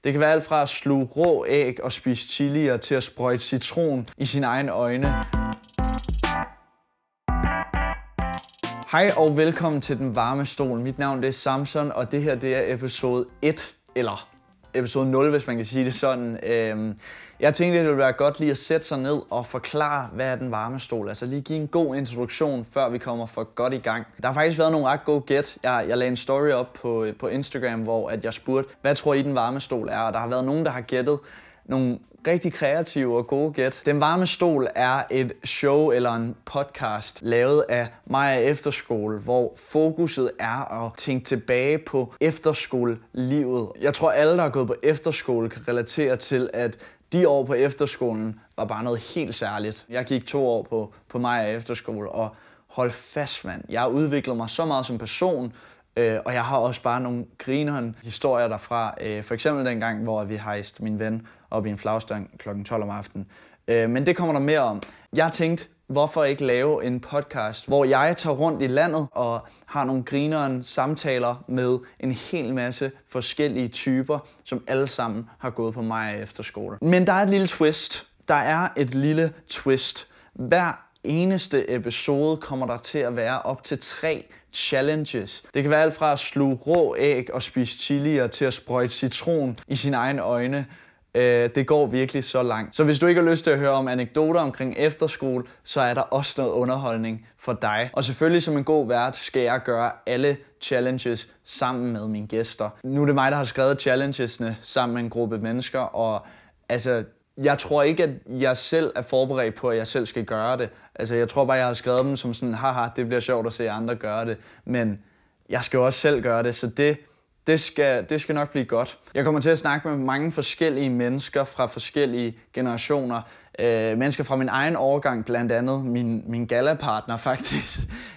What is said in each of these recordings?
Det kan være alt fra at sluge rå æg og spise chilier til at sprøjte citron i sine egne øjne. Hej og velkommen til Den Varme Stol. Mit navn er Samson, og det her det er episode 1, eller episode 0, hvis man kan sige det sådan. Jeg tænkte, det ville være godt lige at sætte sig ned og forklare, hvad er Den Varme Stol. Altså lige give en god introduktion, før vi kommer for godt i gang. Der har faktisk været nogle ret gode gæt. Jeg lagde en story op på Instagram, hvor at jeg spurgte, hvad tror I Den Varme Stol er? Og der har været nogen, der har gættet nogle rigtig kreative og gode gæt. Den Varme Stol er et show eller en podcast lavet af mig efterskole, hvor fokuset er at tænke tilbage på efterskolelivet. Jeg tror alle, der har gået på efterskole, kan relatere til, at de år på efterskolen var bare noget helt særligt. Jeg gik 2 år på mig efterskole, og hold fast, mand. Jeg har udviklet mig så meget som person, og jeg har også bare nogle grinerende historier derfra. For eksempel den gang, hvor vi hejste min ven op i en flagstang kl. 12 om aftenen. Men det kommer der mere om. Jeg tænkte, hvorfor ikke lave en podcast, hvor jeg tager rundt i landet og har nogle grinerende samtaler med en hel masse forskellige typer, som alle sammen har gået på mig efterskole. Men der er et lille twist. Der er et lille twist. Hver eneste episode kommer der til at være op til 3 challenges. Det kan være alt fra at sluge rå æg og spise chilier til at sprøjte citron i sine egne øjne. Det går virkelig så langt. Så hvis du ikke har lyst til at høre om anekdoter omkring efterskole, så er der også noget underholdning for dig. Og selvfølgelig som en god vært skal jeg gøre alle challenges sammen med mine gæster. Nu er det mig, der har skrevet challengesne sammen med en gruppe mennesker, og altså jeg tror ikke, at jeg selv er forberedt på, at jeg selv skal gøre det. Altså, jeg tror bare, jeg har skrevet dem som sådan, haha, det bliver sjovt at se andre gøre det. Men jeg skal jo også selv gøre det, så det skal nok blive godt. Jeg kommer til at snakke med mange forskellige mennesker fra forskellige generationer. Mennesker fra min egen årgang, blandt andet min gala-partner faktisk.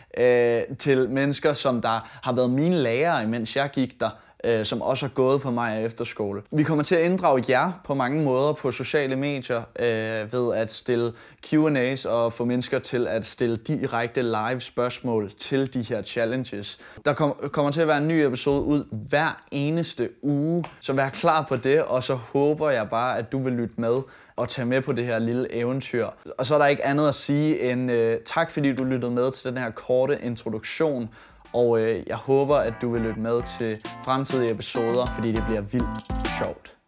Til mennesker, som der har været mine lærere, mens jeg gik der. Som også har gået på mig efterskole. Vi kommer til at inddrage jer på mange måder på sociale medier ved at stille Q&A's og få mennesker til at stille direkte live spørgsmål til de her challenges. Der kommer til at være en ny episode ud hver eneste uge, så vær klar på det, og så håber jeg bare, at du vil lytte med og tage med på det her lille eventyr. Og så er der ikke andet at sige end tak, fordi du lyttede med til den her korte introduktion. Og jeg håber, at du vil lytte med til fremtidige episoder, fordi det bliver vildt sjovt.